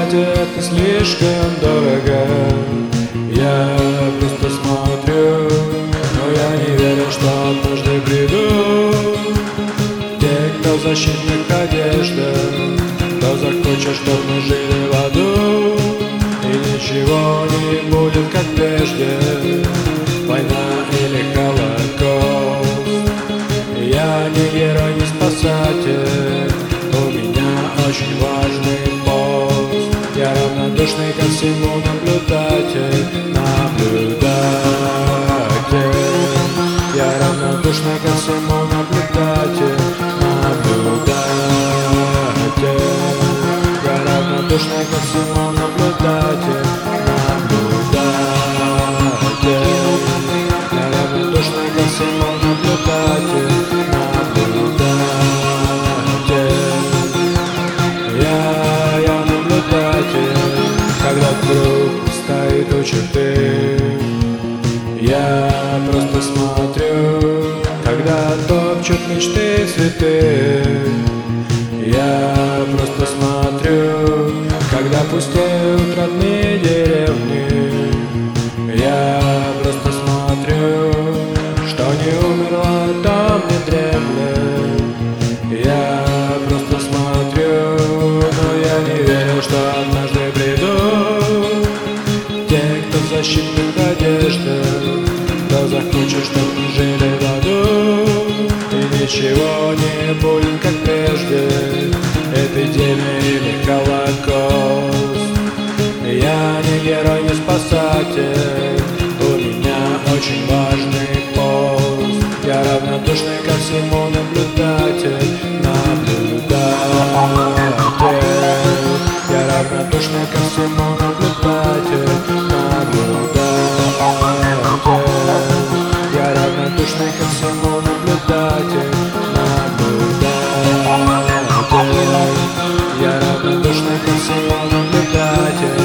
знаете, это слишком дорого. Я просто смотрю, но я не верю, что однажды придут те, кто в защитных одеждах, кто захочет, чтоб мы жили в аду, и ничего не будет, как прежде, война или Холокост. Я не герой, не спасатель, у меня очень важный пост. Я равнодушный ко всему наблюдатель. Я равнодушный ко всему наблюдатель. Я равнодушный ко всему наблюдатель. Я равнодушный ко всему наблюдатель. Я наблюдатель, когда вдруг стоит у черты. Я просто смотрю, когда топчут мечты цветы. Я просто смотрю, когда пустеют родные деревни. Я просто смотрю, что не умерла, там не дремлет. Я просто смотрю, но я не верю, что однажды придут те, кто в защитных одеждах, кто захочет, чтоб мы жили в аду, и ничего не будет, как прежде, эпидемия или Холокост. Я не герой, не спасатель, у меня очень важный пост. Я равнодушный ко всему наблюдатель. Я равнодушный ко всему наблюдатель. Я равнодушный ко всему наблюдатель. Я равнодушный ко всему наблюдатель.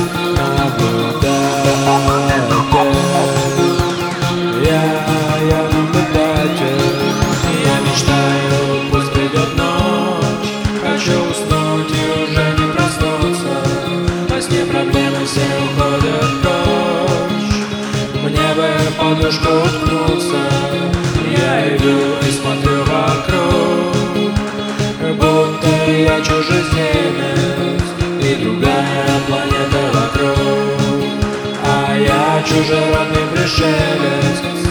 Я наблюдатель. Я мечтаю, пусть придет ночь. Хочу уснуть и уже не проснуться. Во сне проблемы все уходят прочь. Мне бы подушку уткнуться. Я иду и смотрю вокруг, будто я чужеземец и другая планета вокруг. А я чужеродный пришелец.